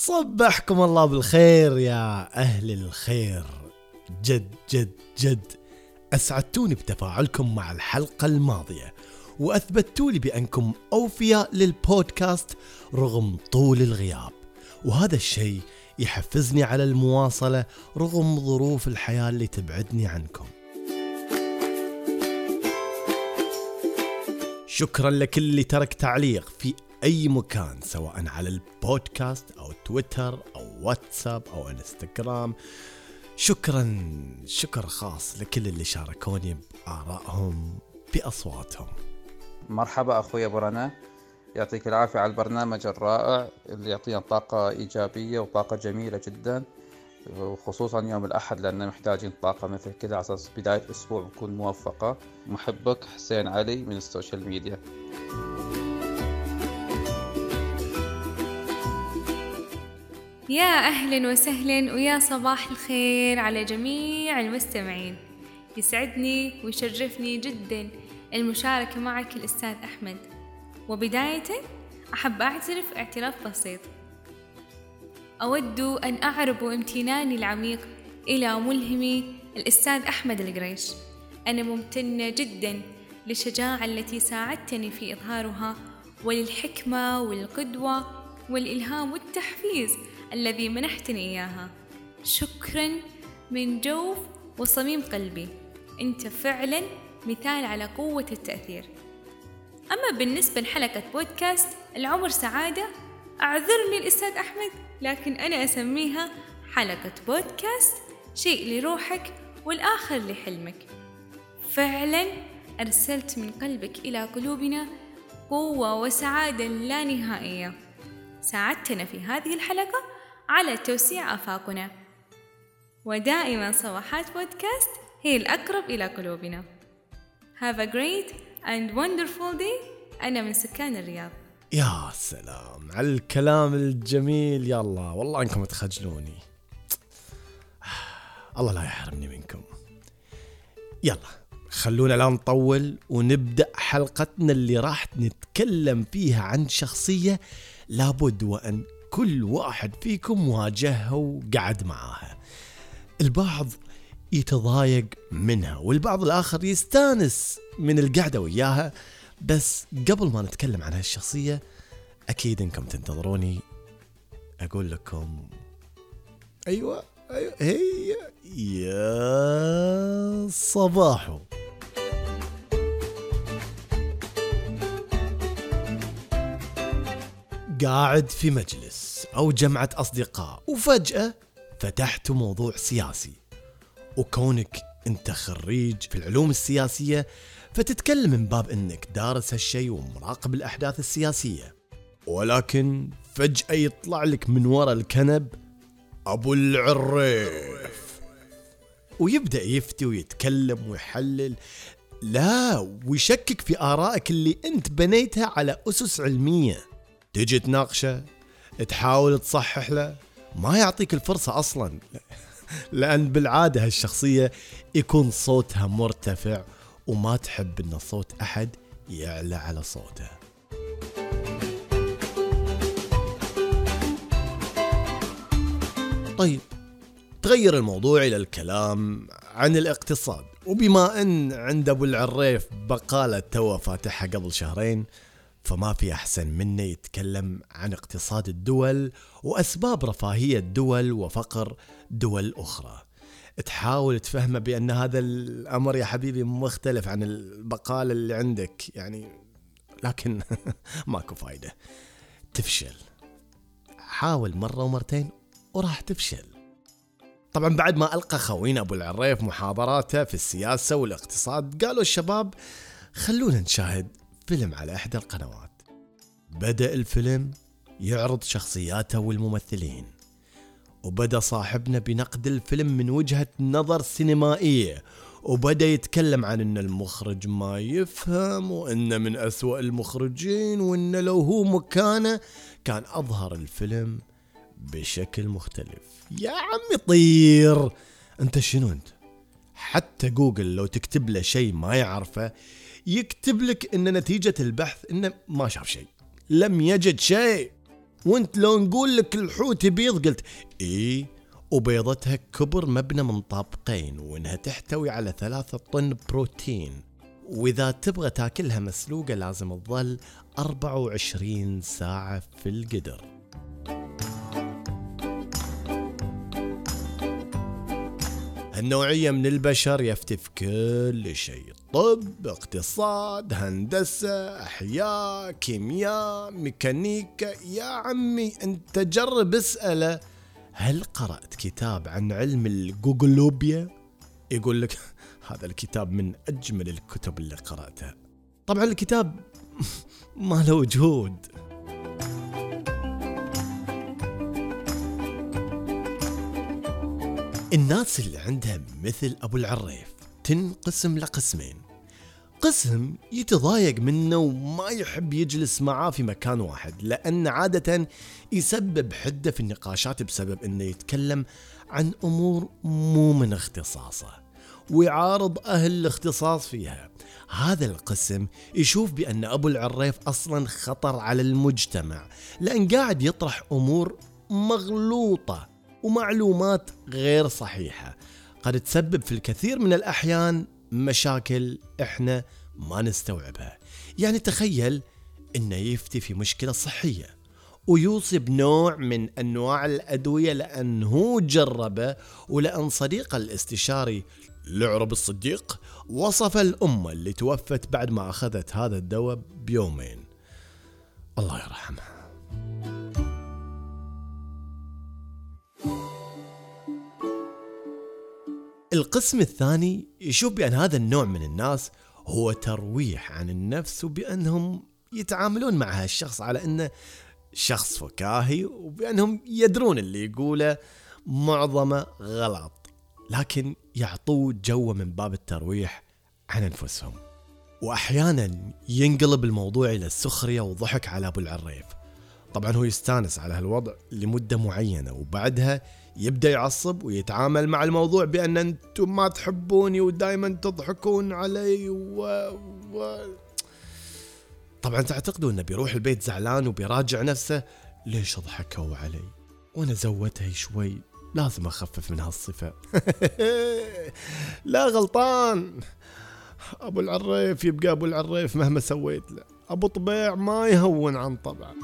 صبحكم الله بالخير يا أهل الخير. جد جد جد أسعدتوني بتفاعلكم مع الحلقة الماضية، وأثبتوا لي بأنكم أوفياء للبودكاست رغم طول الغياب، وهذا الشيء يحفزني على المواصلة رغم ظروف الحياة اللي تبعدني عنكم. شكرا لكل اللي ترك تعليق في أي مكان، سواء على البودكاست أو تويتر أو واتساب أو انستغرام. شكر خاص لكل اللي شاركوني بآرائهم بأصواتهم. مرحبا أخوي أبو رنا، يعطيك العافية على البرنامج الرائع اللي يعطينا طاقة إيجابية وطاقة جميلة جدا، وخصوصا يوم الأحد لأننا محتاجين طاقة مثل كذا على أساس بداية أسبوع تكون موفقة. محبك حسين علي من السوشيال ميديا. يا أهلا وسهلا ويا صباح الخير على جميع المستمعين. يسعدني ويشرفني جدا المشاركة معك الأستاذ أحمد. وبداية أحب أعترف اعتراف بسيط، أود أن أعرب امتناني العميق إلى ملهمي الأستاذ أحمد القريش. أنا ممتنة جدا للشجاعة التي ساعدتني في إظهارها، وللحكمة والقدوة والإلهام والتحفيز الذي منحتني إياها. شكرا من جوف وصميم قلبي، أنت فعلا مثال على قوة التأثير. أما بالنسبة لحلقة بودكاست العمر سعادة، أعذرني الأستاذ أحمد، لكن أنا أسميها حلقة بودكاست، شيء لروحك والآخر لحلمك. فعلا أرسلت من قلبك إلى قلوبنا قوة وسعادة لا نهائية. ساعدتنا في هذه الحلقة على توسيع آفاقنا، ودائما صباحات بودكاست هي الأقرب إلى قلوبنا. Have a great and wonderful day. أنا من سكان الرياض. يا سلام على الكلام الجميل، يلا والله أنكم تخجلوني. الله لا يحرمني منكم. يلا خلونا لا نطول ونبدأ حلقتنا اللي راح نتكلم فيها عن شخصية لابد وأن كل واحد فيكم واجهها وقعد معاها. البعض يتضايق منها والبعض الآخر يستانس من القعدة وياها. بس قبل ما نتكلم عن هالشخصية أكيد إنكم تنتظروني أقول لكم أيوة هي يا صباحو. قاعد في مجلس أو جمعة أصدقاء وفجأة فتحت موضوع سياسي، وكونك أنت خريج في العلوم السياسية فتتكلم من باب أنك دارس هالشي ومراقب الأحداث السياسية، ولكن فجأة يطلع لك من وراء الكنب أبو العريف ويبدأ يفتي ويتكلم ويحلل، لا ويشكك في آرائك اللي أنت بنيتها على أسس علمية. تجي تناقشه، تحاول تصحح له، ما يعطيك الفرصة أصلا، لأن بالعادة هالشخصية يكون صوتها مرتفع وما تحب أن صوت أحد يعلى على صوته. طيب تغير الموضوع إلى الكلام عن الاقتصاد، وبما أن عند أبو العريف بقالة توا فاتحها قبل شهرين، فما في أحسن منه يتكلم عن اقتصاد الدول وأسباب رفاهية الدول وفقر دول أخرى. تحاول تفهمه بأن هذا الأمر يا حبيبي مختلف عن البقالة اللي عندك يعني، لكن ماكو فايدة، تفشل. حاول مرة ومرتين وراح تفشل. طبعا بعد ما ألقى خوينا أبو العريف محاضراته في السياسة والاقتصاد، قالوا الشباب خلونا نشاهد فيلم على إحدى القنوات. بدأ الفيلم يعرض شخصياته والممثلين، وبدأ صاحبنا بنقد الفيلم من وجهة نظر سينمائية، وبدأ يتكلم عن أن المخرج ما يفهم، وأنه من أسوأ المخرجين، وأنه لو هو مكانه كان أظهر الفيلم بشكل مختلف. يا عمي طير، أنت شنو أنت؟ حتى جوجل لو تكتب له شيء ما يعرفه يكتب لك إن نتيجة البحث إنه ما شاف شيء، لم يجد شيء. وانت لو نقول لك الحوت يبيض قلت ايه، وبيضتها كبر مبنى من طابقين وانها تحتوي على 3 طن بروتين، واذا تبغى تاكلها مسلوقة لازم تظل 24 ساعة في القدر. النوعية من البشر يفتي في كل شيء، طب، اقتصاد، هندسة، أحياء، كيمياء، ميكانيكا. يا عمي انت جرب اسأله هل قرأت كتاب عن علم الجوجلوبيا؟ يقول لك هذا الكتاب من أجمل الكتب اللي قرأتها. طبعا الكتاب ما له وجود. الناس اللي عندها مثل أبو العريف تنقسم لقسمين. قسم يتضايق منه وما يحب يجلس معاه في مكان واحد، لأن عادة يسبب حدة في النقاشات بسبب أنه يتكلم عن أمور مو من اختصاصه ويعارض أهل الاختصاص فيها. هذا القسم يشوف بأن أبو العريف أصلا خطر على المجتمع، لأن قاعد يطرح أمور مغلوطة ومعلومات غير صحيحة قد تسبب في الكثير من الأحيان مشاكل إحنا ما نستوعبها. يعني تخيل إنه يفتي في مشكلة صحية ويوصي بنوع من أنواع الأدوية لأنه جربه، ولأن صديقه الاستشاري العرب الصديق وصف الأمة اللي توفت بعد ما أخذت هذا الدواء بيومين. الله يرحمها. القسم الثاني يشوف بأن هذا النوع من الناس هو ترويح عن النفس، وبأنهم يتعاملون مع هالشخص على أنه شخص فكاهي، وبأنهم يدرون اللي يقوله معظمه غلط، لكن يعطوه جو من باب الترويح عن أنفسهم. وأحيانا ينقلب الموضوع إلى السخرية وضحك على أبو العريف. طبعا هو يستانس على هالوضع لمدة معينة، وبعدها يبدأ يعصب ويتعامل مع الموضوع بأن أنتم ما تحبوني ودائما تضحكون علي طبعا تعتقدوا أنه بيروح البيت زعلان وبيراجع نفسه، ليش ضحكوا علي وأنا زودتها شوي، لازم أخفف من هالصفة. لا، غلطان. أبو العريف يبقى أبو العريف مهما سويت له. أبو طبيع ما يهون عن طبعه.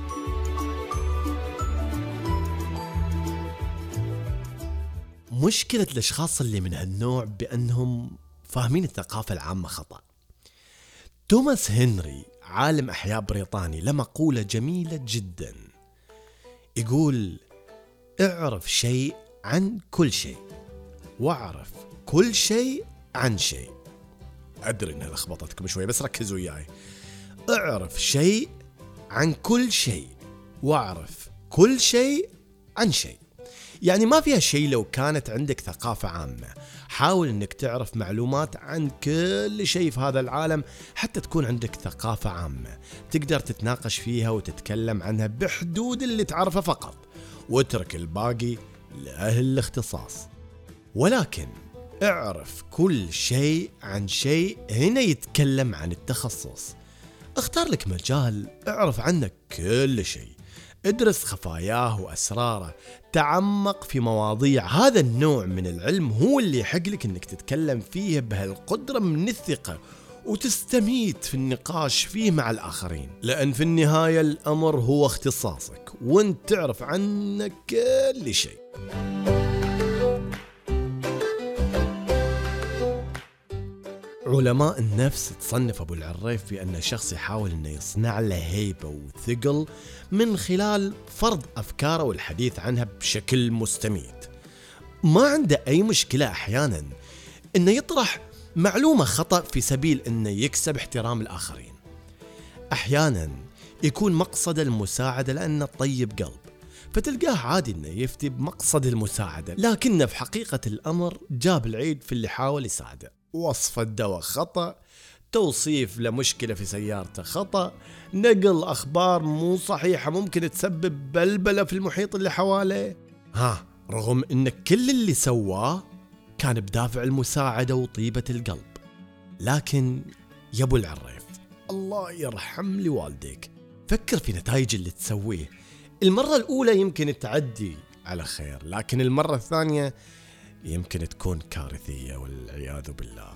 مشكلة الأشخاص اللي من هالنوع بأنهم فاهمين الثقافة العامة خطأ. توماس هنري عالم أحياء بريطاني له مقولة جميلة جدا، يقول: اعرف شيء عن كل شيء واعرف كل شيء عن شيء. أدري إنها لخبطتكم شوي بس ركزوا وياي. اعرف شيء عن كل شيء واعرف كل شيء عن شيء. يعني ما فيها شيء لو كانت عندك ثقافة عامة. حاول انك تعرف معلومات عن كل شيء في هذا العالم حتى تكون عندك ثقافة عامة تقدر تتناقش فيها وتتكلم عنها بحدود اللي تعرفه فقط، واترك الباقي لأهل الاختصاص. ولكن اعرف كل شيء عن شيء هنا يتكلم عن التخصص. اختار لك مجال اعرف عنه كل شيء، ادرس خفاياه وأسراره، تعمق في مواضيع. هذا النوع من العلم هو اللي يحق لك انك تتكلم فيه بهالقدرة من الثقة وتستميت في النقاش فيه مع الآخرين، لأن في النهاية الأمر هو اختصاصك وانت تعرف عنك كل شيء. علماء النفس تصنف أبو العريف بأنه شخص يحاول أنه يصنع له هيبة وثقل من خلال فرض أفكاره والحديث عنها بشكل مستميت. ما عنده أي مشكلة أحيانا أنه يطرح معلومة خطأ في سبيل أنه يكسب احترام الآخرين. أحيانا يكون مقصد المساعدة لأنه طيب قلب، فتلقاه عادي أنه يفتي بمقصد المساعدة، لكنه في حقيقة الأمر جاب العيد في اللي حاول يساعده. وصف الدواء خطأ، توصيف لمشكلة في سيارته خطأ، نقل أخبار مو صحيحة ممكن تسبب بلبلة في المحيط اللي حواليه. رغم أن كل اللي سواه كان بدافع المساعدة وطيبة القلب. لكن يا أبو العريف، الله يرحم لي والديك، فكر في نتائج اللي تسويه. المرة الأولى يمكن تعدي على خير، لكن المرة الثانية يمكن تكون كارثية والعياذ بالله.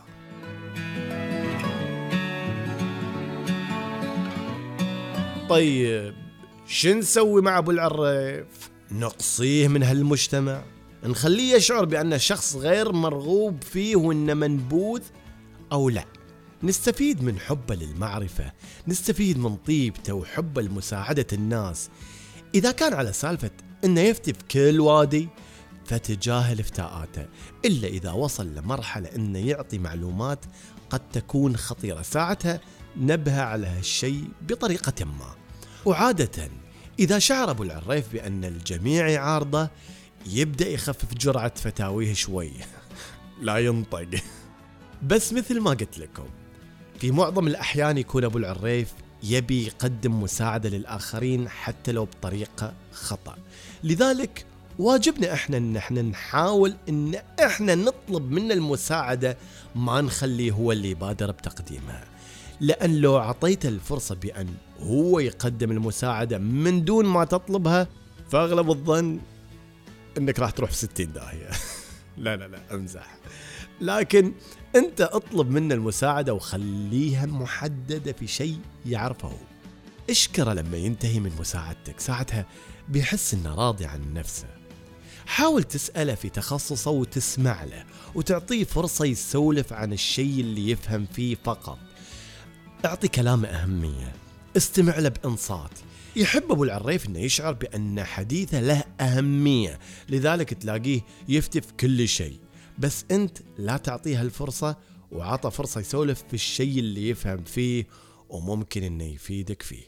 طيب شو نسوي مع أبو العريف؟ نقصيه من هالمجتمع؟ نخليه يشعر بأنه شخص غير مرغوب فيه وإنه منبوذ؟ أو لا، نستفيد من حبه للمعرفة، نستفيد من طيبته وحبه لمساعدة الناس. إذا كان على سالفة إنه يفتي في كل وادي فتجاهل افتاءاته، إلا إذا وصل لمرحلة إنه يعطي معلومات قد تكون خطيرة، ساعتها نبه على هالشيء بطريقة ما. وعادة إذا شعر أبو العريف بأن الجميع يعارضه يبدأ يخفف جرعة فتاويه شوي لا ينطق. بس مثل ما قلت لكم، في معظم الأحيان يكون أبو العريف يبي يقدم مساعدة للآخرين حتى لو بطريقة خطأ. لذلك واجبنا إحنا إن إحنا نحاول إن إحنا نطلب منه المساعدة، ما نخليه هو اللي يبادر بتقديمها. لأن لو عطيته الفرصة بأن هو يقدم المساعدة من دون ما تطلبها، فأغلب الظن إنك راح تروح في 60 داهية. لا أمزح. لكن أنت اطلب منه المساعدة وخليها محددة في شيء يعرفه. اشكره لما ينتهي من مساعدتك، ساعتها بيحس إنه راضي عن نفسه. حاول تسأله في تخصصه وتسمع له وتعطيه فرصة يسولف عن الشيء اللي يفهم فيه فقط. اعطي كلامه أهمية، استمع له بإنصات. يحب أبو العريف إنه يشعر بأن حديثه له أهمية، لذلك تلاقيه يفتي في كل شيء، بس أنت لا تعطيها الفرصة وعطى فرصة يسولف في الشيء اللي يفهم فيه وممكن إنه يفيدك فيه.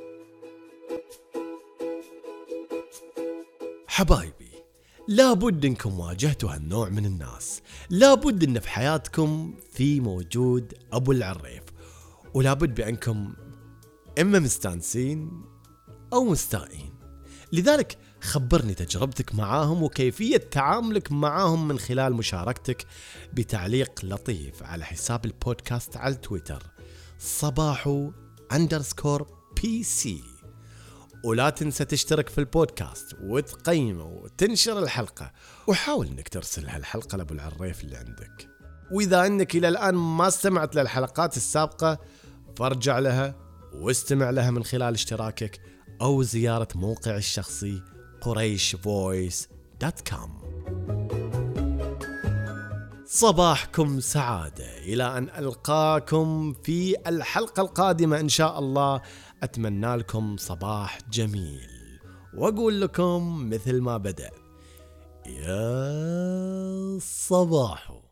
حبايبي، لابد إنكم واجهتوا هالنوع من الناس، لابد إن في حياتكم في موجود أبو العريف، ولابد بأنكم إما مستانسين أو مستائين. لذلك خبرني تجربتك معاهم وكيفية تعاملك معاهم من خلال مشاركتك بتعليق لطيف على حساب البودكاست على تويتر صباحو_PC. ولا تنسى تشترك في البودكاست وتقيمه وتنشر الحلقة، وحاول انك ترسل هالحلقة لأبو العريف اللي عندك. وإذا أنك إلى الآن ما استمعت للحلقات السابقة فارجع لها واستمع لها من خلال اشتراكك أو زيارة موقع الشخصي qurayshvoice.com. صباحكم سعادة، إلى أن ألقاكم في الحلقة القادمة إن شاء الله. أتمنى لكم صباح جميل، وأقول لكم مثل ما بدأ: يا صباح.